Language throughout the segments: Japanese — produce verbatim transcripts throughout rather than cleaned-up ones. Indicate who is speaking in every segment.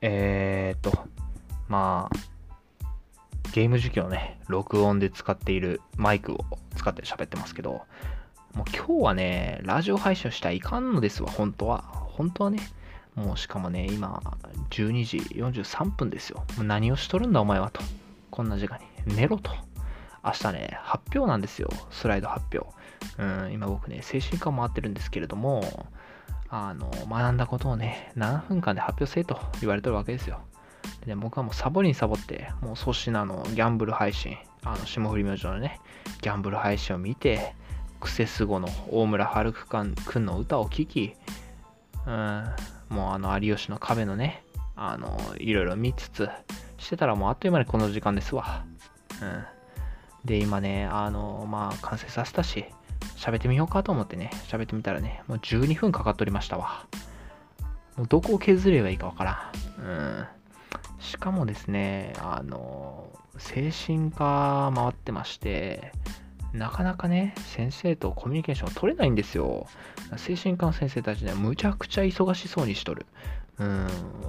Speaker 1: えーっと、まあ、ゲーム実況のね、録音で使っているマイクを使って喋ってますけど、もう今日はね、ラジオ配信したらいかんのですわ、本当は。本当はね。もうしかもね、今、じゅうにじよんじゅうさんぷんですよ。もう何をしとるんだお前はと。こんな時間に。寝ろと。明日ね、発表なんですよ。スライド発表。うん、今僕ね、精神科回ってるんですけれども、あの、学んだことをね、ななふんかんで発表せえと言われてるわけですよ。でね、僕はもうサボりにサボって、もう粗品のギャンブル配信、あの、霜降り明星のね、ギャンブル配信を見て、クセスゴの大村春樹くんの歌を聴き、うん、もうあの、有吉の壁のね、あの、いろいろ見つつ、してたらもうあっという間にこの時間ですわ。うん。で、今ね、あの、まあ、完成させたし、喋ってみようかと思ってね、喋ってみたらね、もうじゅうにふんかかっておりましたわ。もうどこを削ればいいかわからん。うん。しかもですね、あの、精神科回ってまして、なかなかね、先生とコミュニケーション取れないんですよ。精神科の先生たちね、むちゃくちゃ忙しそうにしとる。うん、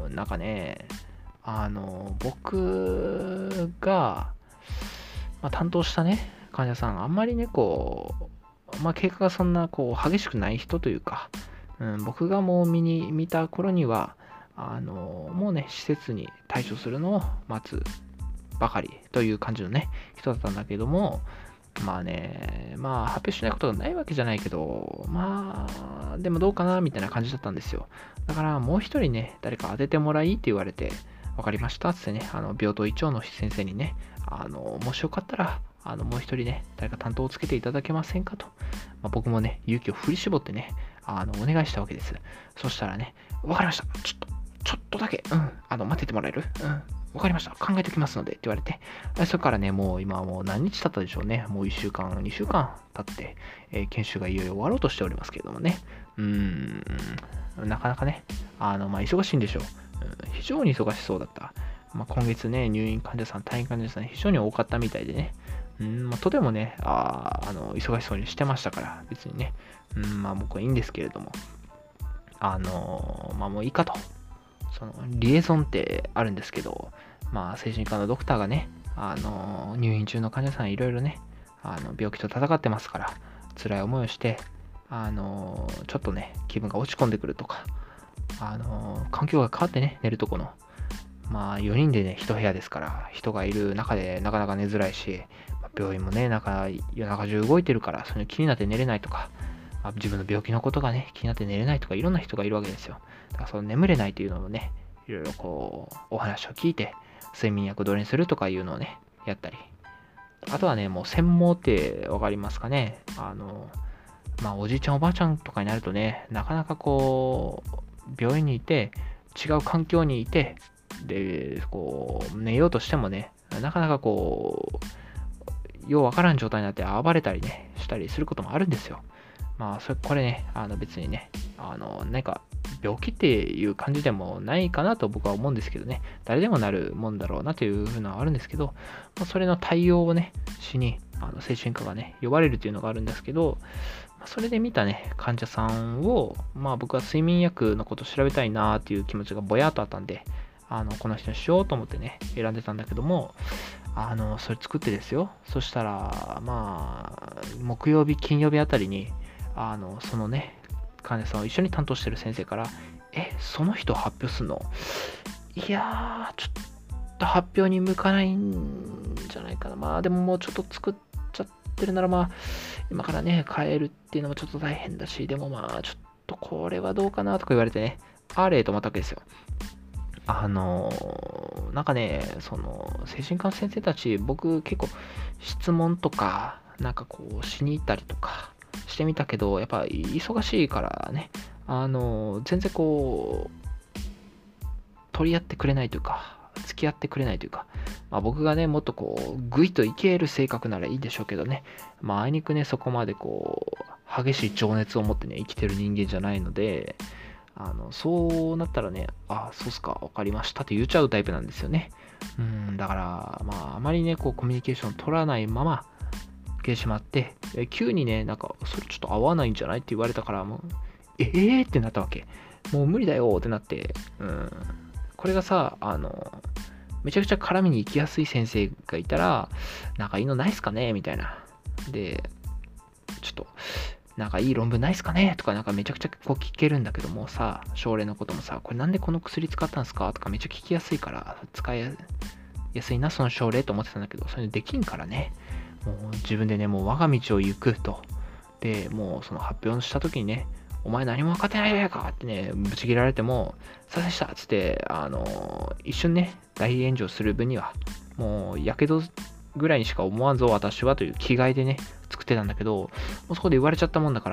Speaker 1: なんかね、あの、僕が、まあ、担当したね、患者さん、あんまりね、こう、まあ、経過がそんなこう激しくない人というか、うん、僕がもう見に見た頃には、あのもうね、施設に対処するのを待つばかりという感じのね、人だったんだけども、まあね、まあ発表しないことがないわけじゃないけど、まあ、でもどうかなみたいな感じだったんですよ。だからもう一人ね、誰か当ててもらいって言われて、わかりましたってね、あの病棟一長の先生にね、あのもしよかったら、あのもう一人ね、誰か担当をつけていただけませんかと。まあ、僕もね、勇気を振り絞ってね、あのお願いしたわけです。そしたらね、わかりました。ちょっと、ちょっとだけ、うん、あの待っててもらえるうん。わかりました。考えておきますのでって言われて、それからね、もう今はもう何日経ったでしょうね。もういっしゅうかん、にしゅうかん経って、えー研修がいよいよ終わろうとしておりますけれどもね。うーん、なかなかね、あの、まあ、忙しいんでしょう。うん、非常に忙しそうだった。まあ、今月ね、入院患者さん、退院患者さん、非常に多かったみたいでね。うん、まあ、とてもね、ああの、忙しそうにしてましたから、別にね、うん、まあ僕はいいんですけれども、あのまあもういいかと。その、リエゾンってあるんですけど、まあ精神科のドクターがね、あの入院中の患者さんいろいろね、あの病気と戦ってますから、辛い思いをして、あのちょっとね、気分が落ち込んでくるとか、あの環境が変わってね、寝るとこの、まあよにんでね、一部屋ですから、人がいる中でなかなか寝づらいし、病院もね、なんか夜中中動いてるから、それ気になって寝れないとか、まあ、自分の病気のことがね、気になって寝れないとか、いろんな人がいるわけですよ。だからその眠れないというのをね、いろいろこう、お話を聞いて、睡眠薬どれにするとかいうのをね、やったり。あとはね、もう専門ってわかりますかね。あの、まあ、おじいちゃんおばあちゃんとかになるとね、なかなかこう、病院にいて、違う環境にいて、で、こう、寝ようとしてもね、なかなかこう、ようわからん状態になって暴れたりね、したりすることもあるんですよ。まあ、それ、これね、あの別にね、あの、何か病気っていう感じでもないかなと僕は思うんですけどね、誰でもなるもんだろうなというふうのはあるんですけど、まあ、それの対応をね、しに、あの精神科がね、呼ばれるっていうのがあるんですけど、まあ、それで見たね、患者さんを、まあ僕は睡眠薬のことを調べたいなっていう気持ちがぼやっとあったんで、あの、この人にしようと思ってね、選んでたんだけども、あの、それ作ってですよ。そしたら、まあ、木曜日、金曜日あたりに、あの、そのね、患者さんを一緒に担当してる先生から、え、その人発表するのいやー、ちょっと発表に向かないんじゃないかな。まあ、でももうちょっと作っちゃってるなら、まあ、今からね、変えるっていうのもちょっと大変だし、でもまあ、ちょっとこれはどうかなとか言われてね、あれと思ったわけですよ。あのー、なんかね、その、精神科の先生たち、僕結構質問とか、なんかこう、しに行ったりとかしてみたけど、やっぱ忙しいからね、あのー、全然こう、取り合ってくれないというか、付き合ってくれないというか、まあ、僕がね、もっとこう、ぐいっといける性格ならいいんでしょうけどね、まあ、あいにくね、そこまでこう、激しい情熱を持ってね、生きてる人間じゃないので、あの、そうなったらね、あ、そうっすか、わかりましたって言っちゃうタイプなんですよね。うん、だから、まあ、あまりね、こう、コミュニケーション取らないまま、来てしまって、え急にね、なんか、それちょっと合わないんじゃないって言われたから、もう、えーってなったわけ。もう無理だよってなって、うん。 これがさ、あの、めちゃくちゃ絡みに行きやすい先生がいたら、なんかいいのないっすかねみたいな。で、ちょっと、なんかいい論文ないっすかねとか、なんかめちゃくちゃこう聞けるんだけどもさ、症例のこともさ、これなんでこの薬使ったんですかとかめっちゃ聞きやすいから、使いやすいな、その症例と思ってたんだけど、それできんからね、もう自分でね、もう我が道を行くと。で、もうその発表した時にね、お前何も分かってないじゃないかってね、ぶち切られても、させしたっつって、あのー、一瞬ね、大炎上する分には、もう、やけどぐらいにしか思わんぞ、私はという気概でね、作ってたんだけど、もうそこで言われちゃったもんだから、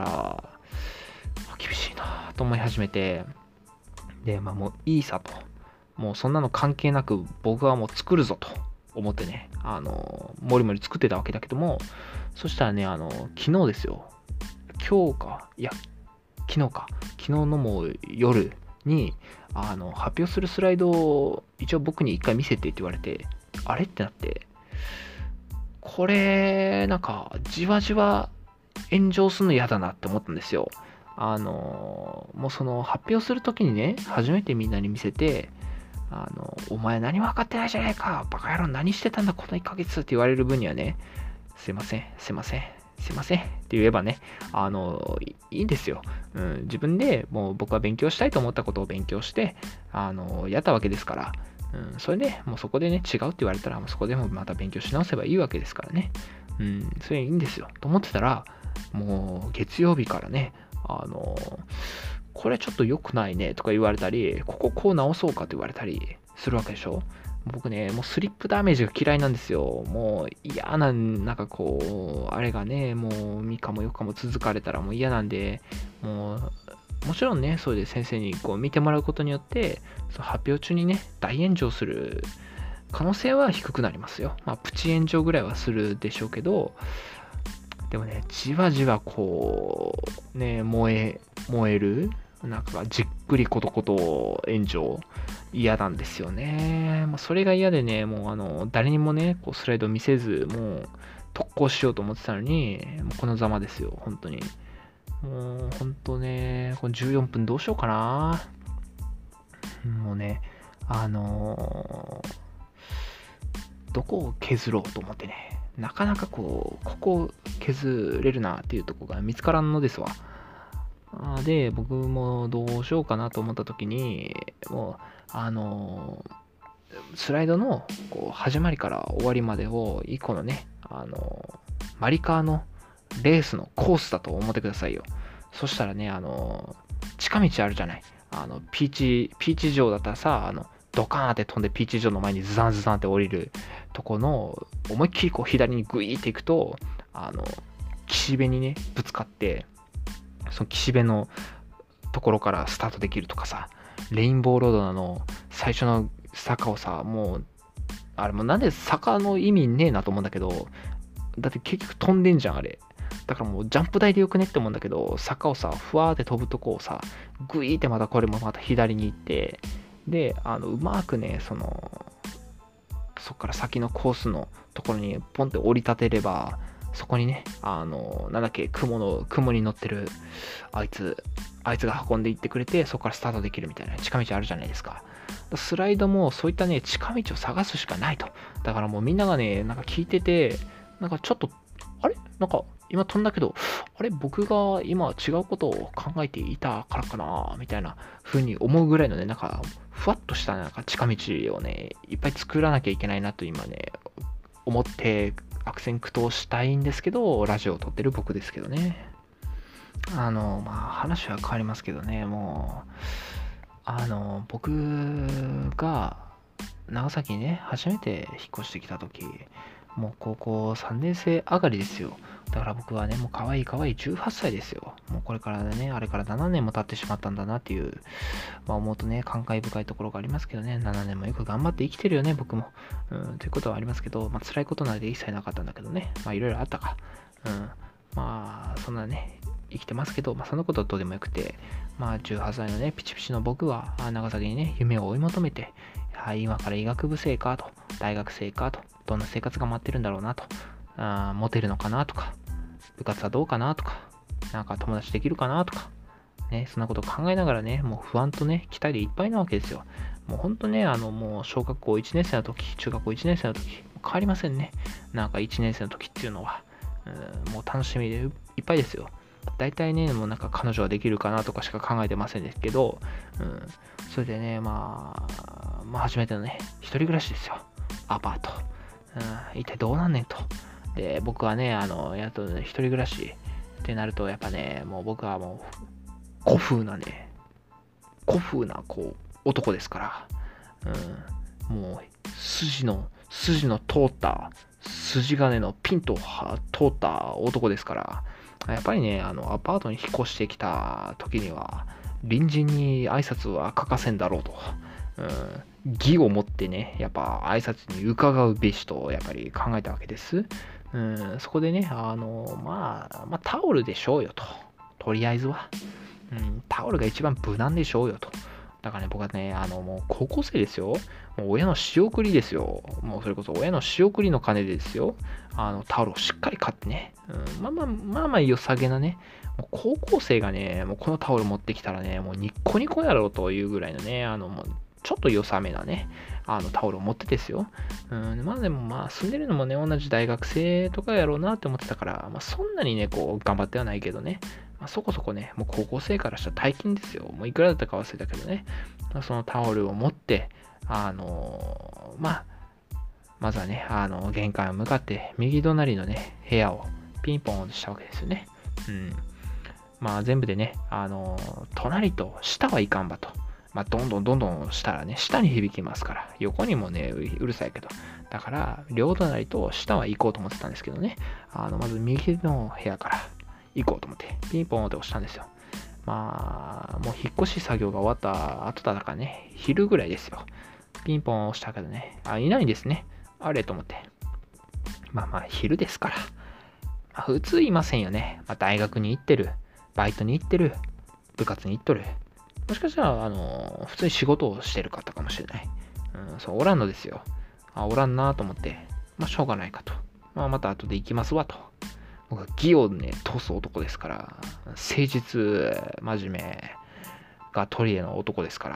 Speaker 1: 厳しいなと思い始めて、で、まあもういいさと。もうそんなの関係なく、僕はもう作るぞと思ってね、あのー、もりもり作ってたわけだけども、そしたらね、あのー、昨日ですよ。今日か、いや、昨日か、昨日のもう夜にあの発表するスライドを一応僕に一回見せてって言われて、あれってなって、これなんかじわじわ炎上するの嫌だなって思ったんですよ。あのもうその発表するときにね、初めてみんなに見せて、あのお前何も分かってないじゃないか、バカ野郎何してたんだこのいっかげつって言われる分にはね、すいませんすいませんすいませんって言えばね、あの、いいんですよ。うん、自分でもう僕は勉強したいと思ったことを勉強して、あの、やったわけですから、うん、それでもうそこでね、違うって言われたら、もうそこでもまた勉強し直せばいいわけですからね。うん、それいいんですよ。と思ってたら、もう月曜日からね、あの、これちょっと良くないねとか言われたり、こここう直そうかって言われたりするわけでしょ。僕ね、もうスリップダメージが嫌いなんですよ。もう嫌な、なんかこう、あれがね、もうみっかもよっかも続かれたらもう嫌なんで、もう、もちろんね、それで先生にこう見てもらうことによって、その発表中にね、大炎上する可能性は低くなりますよ。まあ、プチ炎上ぐらいはするでしょうけど、でもね、じわじわこう、ね、燃え、燃える、なんかじっくりことこと炎上、嫌なんですよね。まあ、それが嫌でね、もうあの、誰にもね、こうスライド見せず、もう特攻しようと思ってたのに、もうこのざまですよ、本当に。もう本当ね、このじゅうよんぷんどうしようかな。もうね、あのーどこを削ろうと思ってね、なかなかこう、ここ削れるなっていうとこが見つからんのですわ。で、僕もどうしようかなと思った時に、もう、あのスライドのこう始まりから終わりまでを一個のね、あのマリカーのレースのコースだと思ってくださいよ。そしたらね、あの近道あるじゃない。あのピーチ、ピーチ城だったらさ、あのドカーンって飛んでピーチ城の前にズザンズザンって降りるとこの思いっきりこう左にグイーっていくと、あの岸辺にねぶつかって、その岸辺のところからスタートできるとかさ、レインボーロードの最初の坂をさ、もうあれもなんで坂の意味ねえなと思うんだけど、だって結局飛んでんじゃんあれ。だからもうジャンプ台でよくねって思うんだけど、坂をさふわーって飛ぶとこをさグイーってまたこれもまた左に行って、であのうまくね、そのそっから先のコースのところにポンって降り立てれば、そこにね、あのなんだっけ、雲の雲に乗ってるあいつあいつが運んでいってくれて、そこからスタートできるみたいな近道あるじゃないですか。スライドもそういったね近道を探すしかないと。だからもうみんながね、なんか聞いてて、なんかちょっとあれなんか今飛んだけど、あれ僕が今違うことを考えていたからかなみたいな風に思うぐらいのね、なんかふわっとしたなんか近道をねいっぱい作らなきゃいけないなと今ね思って悪戦苦闘したいんですけど、ラジオを撮ってる僕ですけどね。あのまあ話は変わりますけどね、もうあの僕が長崎にね初めて引っ越してきた時、もう高校さんねん生上がりですよ。だから僕はね、もう可愛い可愛いじゅうはっさいですよ。もうこれからね、あれからななねんも経ってしまったんだなっていう、まあ思うとね、感慨深いところがありますけどね、ななねんもよく頑張って生きてるよね、僕も。うん、ということはありますけど、まあ辛いことなんで一切なかったんだけどね、まあいろいろあったか。うん、まあそんなね、生きてますけど、まあそんなことはどうでもよくて、まあじゅうはっさいのね、ピチピチの僕は、長崎にね、夢を追い求めて、はい、今から医学部生かと、大学生かと、どんな生活が待ってるんだろうなと、あモテるのかなとか、部活はどうかなとか、なんか友達できるかなとか、 ね、そんなこと考えながらね、もう不安とね、期待でいっぱいなわけですよ。もうほんとね、あの、もう小学校いちねん生の時、中学校いちねん生の時、変わりませんね。なんかいちねん生の時っていうのは、うん、もう楽しみでいっぱいですよ。大体ね、もうなんか彼女はできるかなとかしか考えてませんですけど、うん、それでね、まあ、まあ、初めてのね、一人暮らしですよ。アパート。うん、一体どうなんねんと。で、僕はね、あの、やっと、ね、一人暮らしってなると、やっぱね、もう僕はもう、古風なね、古風な、こう、男ですから、うん、もう、筋の、筋の通った、筋金のピンと通った男ですから、やっぱりね、あの、アパートに引っ越してきた時には、隣人に挨拶は欠かせんだろうと。うん、義を持ってね、やっぱ挨拶に伺うべしと、やっぱり考えたわけです。うん、そこでね、あの、まあ、まあ、タオルでしょうよと。とりあえずは。うん、タオルが一番無難でしょうよと。だからね、僕はね、あの、もう高校生ですよ。もう親の仕送りですよ。もうそれこそ親の仕送りの金でですよ。あの、タオルをしっかり買ってね。うん、まあまあ、まあまあ良さげなね。もう高校生がね、もうこのタオル持ってきたらね、もうニッコニコやろうというぐらいのね、あの、もうちょっと良さめなね、あのタオルを持ってですよ。うん、まあでもまあ住んでるのもね、同じ大学生とかやろうなって思ってたから、まあそんなにね、こう頑張ってはないけどね、まあ、そこそこね、もう高校生からしたら大金ですよ。もういくらだったか忘れたけどね、まあ、そのタオルを持って、あのー、まあ、まずはね、あの、玄関に向かって、右隣のね、部屋をピンポンしたわけですよね。うん。まあ全部でね、あのー、隣と下はいかんばと。まあ、どんどんどんどんしたらね、下に響きますから、横にもね、うるさいけど、だから、両隣と下は行こうと思ってたんですけどね、あの、まず右の部屋から行こうと思って、ピンポンって押したんですよ。まあ、もう引っ越し作業が終わった後だからね、昼ぐらいですよ。ピンポン押したけどね、あ、いないんですね。あれと思って。まあまあ、昼ですから。まあ、普通いませんよね。まあ、大学に行ってる、バイトに行ってる、部活に行っとる。もしかしたら、あの、普通に仕事をしてる方かもしれない。うん、そう、おらんのですよ。あ、おらんなと思って、まあ、しょうがないかと。まあ、また後で行きますわと。僕は義をね、通す男ですから、誠実、真面目が取り柄の男ですから、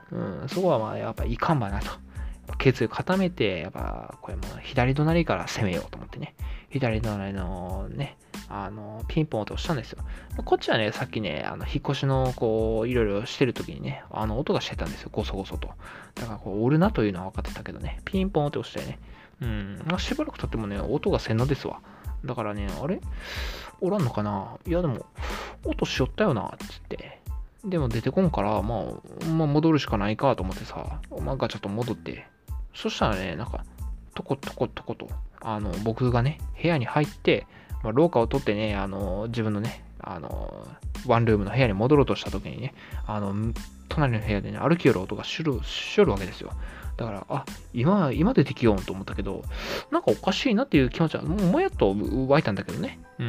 Speaker 1: うん、そこはまあ、やっぱいかんばなと。決意固めて、やっぱ、これも左隣から攻めようと思ってね。左隣のね、あの、ピンポンと押したんですよ。こっちはね、さっきね、あの、引っ越しの、こう、いろいろしてる時にね、あの、音がしてたんですよ、ゴソゴソと。だから、こう、おるなというのは分かってたけどね、ピンポンって押してね、うん、まあ、しばらく経ってもね、音がせんのですわ。だからね、あれおらんのかないや、でも、音しよったよな、つって。でも出てこんから、まあ、まあ、戻るしかないかと思ってさ、まあ、ガチャと戻って、そしたらね、なんか、トコトコトコと、あの、僕がね、部屋に入って、まあ、廊下を取ってね、あの、自分のね、あの、ワンルームの部屋に戻ろうとした時にね、あの、隣の部屋でね、歩き寄る音がしゅる、しゅるわけですよ。だから、あ、今、今出てきようと思ったけど、なんかおかしいなっていう気持ちは、もうもやっと湧いたんだけどね。うん。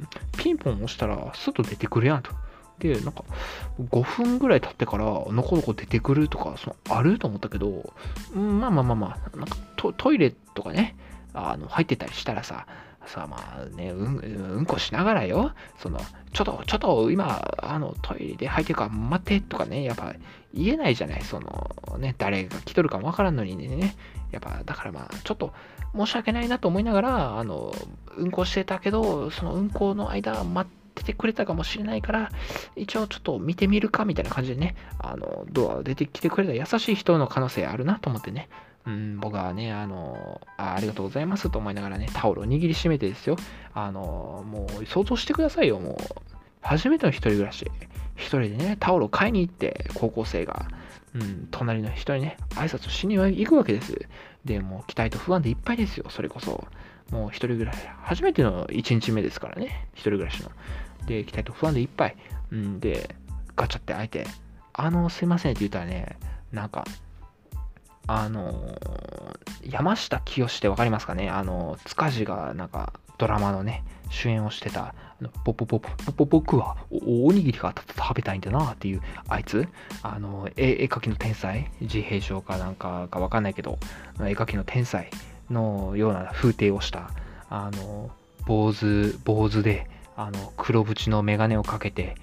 Speaker 1: ピンポン押したら、スッと出てくるやんと。で、なんか、ごふんぐらい経ってから、のこのこ出てくるとか、そのあると思ったけど、うん、まあまあまあまあ、なんかトトイレとかね、あの入ってたりしたらさ、さあまあね、うん、うんこしながらよ、その、ちょっと、ちょっと今、あの、トイレで入ってるから待ってとかね、やっぱ言えないじゃない、その、ね、誰が来とるかもわからんのにね、やっぱ、だからまあ、ちょっと、申し訳ないなと思いながら、あの、うんこしてたけど、そのうんこの間、待って、てくれたかもしれないから、一応ちょっと見てみるかみたいな感じでね、あの、ドア出てきてくれた優しい人の可能性あるなと思ってね、うん、僕はね、あのあ、ありがとうございますと思いながらね、タオルを握りしめてですよ、あの、もう想像してくださいよ、もう、初めての一人暮らし、一人でね、タオルを買いに行って、高校生が、うん、隣の人にね、挨拶しに行くわけです。で、もう期待と不安でいっぱいですよ、それこそ。もう一人暮らし、初めての一日目ですからね、一人暮らしの。で、期待と不安でいっぱい。うん、で、ガチャって開いて、あの、すいませんって言ったらね、なんか、あのー、山下清ってわかりますかねあの、塚地がなんかドラマのね、主演をしてた、ポポポポポポ僕はおおにぎりが食べたいんだなっていう、あいつ、あの、絵絵描きの天才、自閉症かなんかかわかんないけど、絵描きの天才のような風景をした、あの、坊主、坊主で、あの、黒縁のメガネをかけて、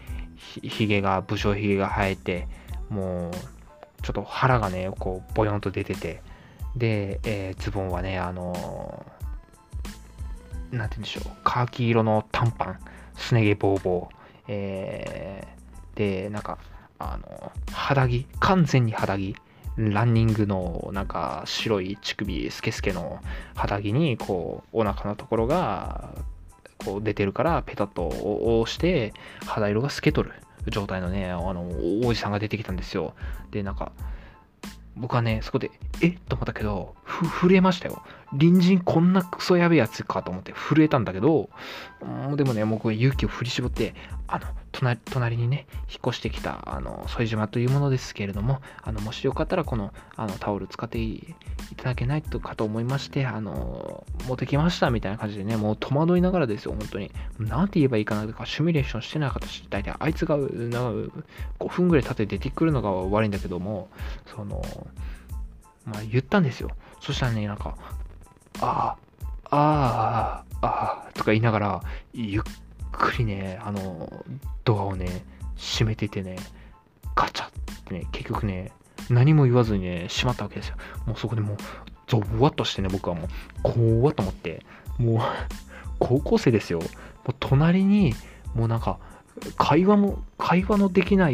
Speaker 1: ひひげが、武将ひげが生えて、もう、ちょっと腹がね、こう、ボヨンと出てて、で、えーズボンはね、あのーなんて言うんでしょう、カーキ色の短パン、すね毛ボーボー、えーで、なんか、あの肌着、完全に肌着、ランニングのなんか白い乳首スケスケの肌着にこうお腹のところがこう出てるからペタッと押して肌色が透けとる状態のね、あの王子さんが出てきたんですよ。で、なんか僕はね、そこで、えっと思ったけど、ふ、震えましたよ。隣人こんなクソやべえやつかと思って震えたんだけど、もうでもね、もうこう勇気を振り絞って、あの、隣、隣にね、引っ越してきた、あの、副島というものですけれども、あの、もしよかったら、この、あの、タオル使っていただけないとかと思いまして、あの、持ってきました、みたいな感じでね、もう戸惑いながらですよ、本当に。なんて言えばいいかなとか、シミュレーションしてなかったし、大体あいつが、なんかごふんぐらい経って出てくるのが悪いんだけども、その、まあ言ったんですよ。そしたらね、なんか、ああ、ああ、ああ、とか言いながら、ゆっくりね、あの、ドアをね、閉めててね、ガチャってね、結局ね、何も言わずにね、閉まったわけですよ。もうそこでもう、ゾワッとしてね、僕はもう、怖っと思って、もう、高校生ですよ。もう隣に、もうなんか、会話も、会話のできない、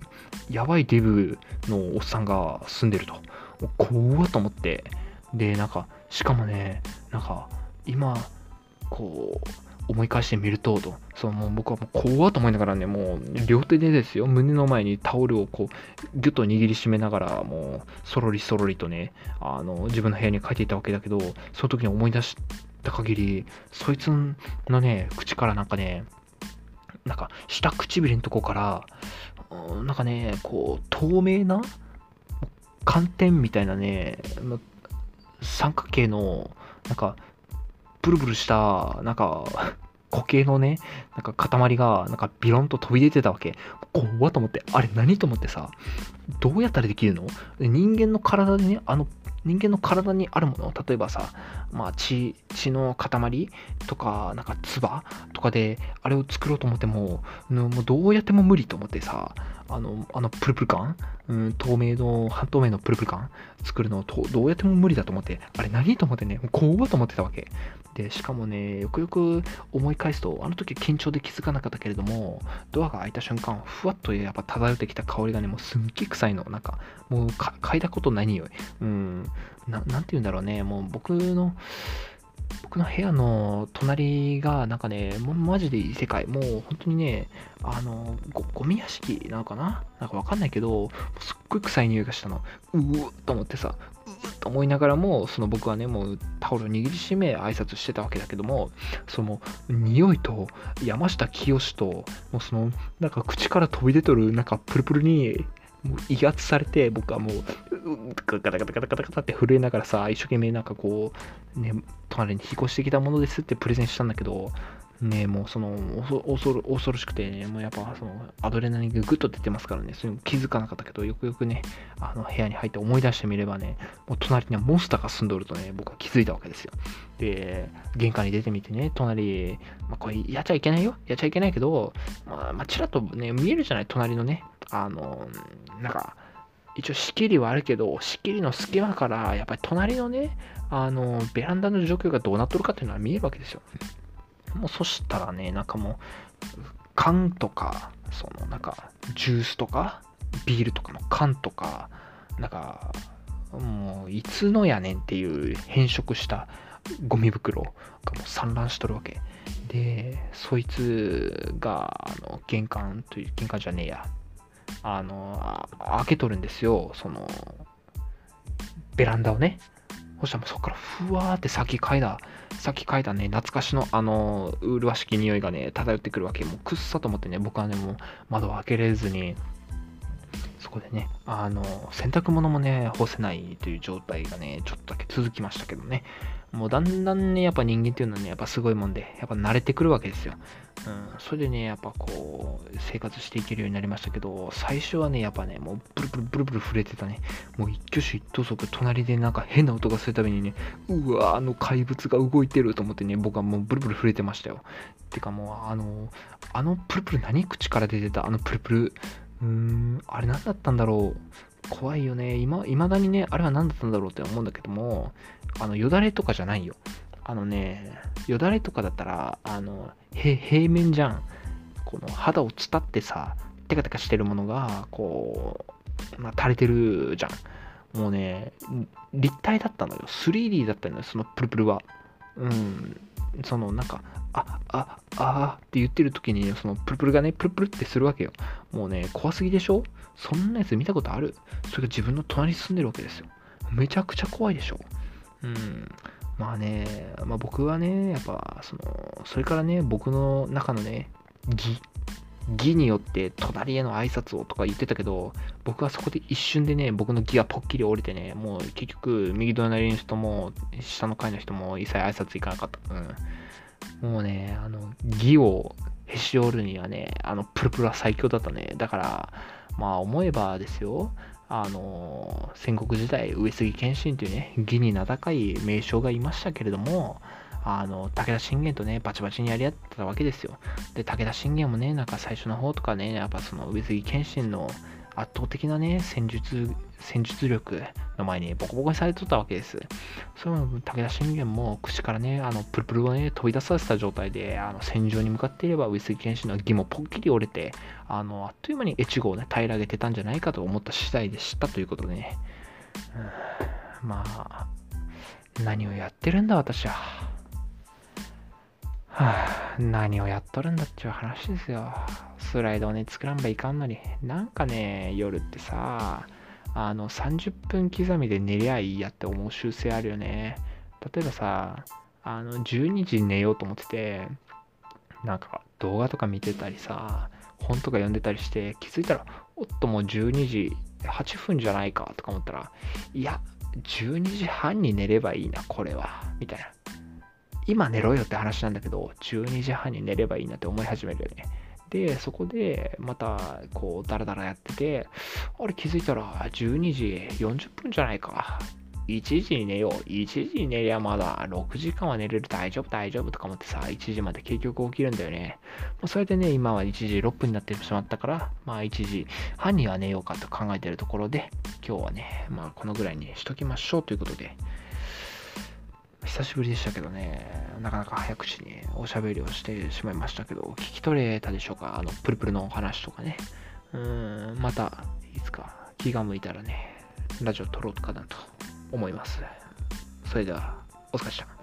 Speaker 1: やばいデブのおっさんが住んでると。もう怖っと思って。で、なんか、しかもね、なんか、今、こう、思い返してみると、と、そのもう僕はもう怖っと思いながらね、もう両手でですよ、胸の前にタオルをこう、ぎゅっと握りしめながら、もう、そろりそろりとね、あの、自分の部屋に帰っていたわけだけど、その時に思い出した限り、そいつのね、口からなんかね、なんか、下唇のとこから、うんなんかね、こう、透明な寒天みたいなね、ま三角形の、なんか、ブルブルした、なんか、固形のね、なんか塊が、なんかビロンと飛び出てたわけ。怖っと思って、あれ何と思ってさ、どうやったらできるの？人間の体でね、あの、人間の体にあるもの、例えばさ、まあ血、血の塊とか、なんか唾とかで、あれを作ろうと思っても、もうどうやっても無理と思ってさ、あの、あのプルプル感、うん、透明の、半透明のプルプル感作るのとどうやっても無理だと思って、あれ何と思ってね、怖っと思ってたわけ。で、しかもね、よくよく思い返すと、あの時緊張で気づかなかったけれども、ドアが開いた瞬間、ふわっとやっぱ漂ってきた香りがね、もうすっげえ臭いの。なんか、もうか嗅いだことない匂い。うん、な、なんて言うんだろうね、もう僕の、僕の部屋の隣が、なんかね、もうマジで異世界。もう本当にね、あの、ゴゴミ屋敷なのかななんかわかんないけど、すっごい臭い匂いがしたの。うーっと思ってさ、うーっと思いながらも、その僕はね、もうタオルを握りしめ挨拶してたわけだけども、その匂いと山下清と、もうその、なんか口から飛び出とる、なんかプルプルに、もう威圧されて、僕はもう、うガタガタガタガタガタって震えながらさ、一生懸命なんかこう、ね、隣に引っ越してきたものですってプレゼンしたんだけど、ね、もうその、恐ろ恐ろしくてね、もうやっぱその、アドレナリンがぐっと出てますからね、そういうの気づかなかったけど、よくよくね、あの部屋に入って思い出してみればね、もう隣にはモンスターが住んどるとね、僕は気づいたわけですよ。で、玄関に出てみてね、隣、まあ、これやっちゃいけないよ、やっちゃいけないけど、まあ、まあ、ちらっとね、見えるじゃない、隣のね、あの、なんか、一応仕切りはあるけど、仕切りの隙間から、やっぱり隣のね、あの、ベランダの状況がどうなっとるかっていうのは見えるわけですよ。もうそしたらね、なんかもう、缶とか、そのなんか、ジュースとか、ビールとかの缶とか、なんか、もう、いつのやねんっていう変色したゴミ袋がもう散乱しとるわけ。で、そいつが、あの、玄関という、玄関じゃねえや、あの、開けとるんですよ、その、ベランダをね。そしたらもうそこからふわーって先嗅いだ、先嗅いだね、懐かしのあの、麗しき匂いがね、漂ってくるわけ。もうくっさと思ってね、僕はね、もう窓を開けれずに、そこでね、あの、洗濯物もね、干せないという状態がね、ちょっとだけ続きましたけどね。 もうだんだんね、やっぱ人間っていうのはね、やっぱすごいもんで、やっぱ慣れてくるわけですよ。うん、それでね、やっぱこう、生活していけるようになりましたけど、最初はね、やっぱね、もうブルブルブルブル震えてたね。もう一挙手一投足、隣でなんか変な音がするたびにね、うわ、あの怪物が動いてると思ってね、僕はもうブルブル震えてましたよ。てかもう、あの、あのプルプル何口から出てたあのプルプル。うーん、あれ何だったんだろう。怖いよね。今、未だにね、あれは何だったんだろうって思うんだけども、あの、よだれとかじゃないよ。あのね、よだれとかだったら、あの、へ平面じゃん。この肌を伝ってさ、テカテカしてるものが、こう、まあ、垂れてるじゃん。もうね、立体だったのよ。スリーディー だったのよ、そのプルプルは。うん。その、なんか、あ、あ、あーって言ってる時に、そのプルプルがね、プルプルってするわけよ。もうね、怖すぎでしょ？そんなやつ見たことある？それが自分の隣に住んでるわけですよ。めちゃくちゃ怖いでしょ？うん。まあね、まあ僕はね、やっぱ、その、それからね、僕の中のね、義、義によって隣への挨拶をとか言ってたけど、僕はそこで一瞬でね、僕の義がぽっきり折れてね、もう結局、右隣の人も、下の階の人も一切挨拶行かなかった。うん。もうね、あの、義をへし折るにはね、あの、プルプルは最強だったね。だから、まあ思えばですよ、あの、戦国時代、上杉謙信というね、義に名高い名将がいましたけれども、あの、武田信玄とね、バチバチにやり合ってたわけですよ。で、武田信玄もね、なんか最初の方とかね、やっぱその上杉謙信の圧倒的なね、戦術、戦術力の前にボコボコにされとったわけです。それも武田信玄も口からね、あの、プルプルをね、飛び出させた状態で、あの、戦場に向かっていれば、上杉謙信の義もポッキリ折れて、あの、あっという間に越後をね、平らげてたんじゃないかと思った次第でしたということでね。うん、まあ、何をやってるんだ、私は。はあ、何をやっとるんだっていう話ですよ。スライドをね、作らんばいかんのに。なんかね、夜ってさ、あの、さんじゅっぷん刻みで寝りゃいいやって思う習性あるよね。例えばさ、あの、じゅうにじに寝ようと思ってて、なんか動画とか見てたりさ、本とか読んでたりして、気づいたら、おっともうじゅうにじはっぷんじゃないかとか思ったら、いや、じゅうにじはんに寝ればいいな、これは。みたいな。今寝ろよって話なんだけど、じゅうにじはんに寝ればいいなって思い始めるよね。で、そこで、また、こう、ダラダラやってて、あれ気づいたら、じゅうにじよんじゅっぷんじゃないか。いちじに寝よう。いちじに寝りゃまだろくじかんは寝れる。大丈夫、大丈夫とか思ってさ、いちじまで結局起きるんだよね。それでね、今はいちじろっぷんになってしまったから、まあいちじはんには寝ようかと考えているところで、今日はね、まあこのぐらいにしときましょうということで、久しぶりでしたけどね、なかなか早口におしゃべりをしてしまいましたけど、聞き取れたでしょうか？あの、プルプルのお話とかね。うーん、また、いつか気が向いたらね、ラジオ撮ろうかなと思います。それでは、お疲れ様でした。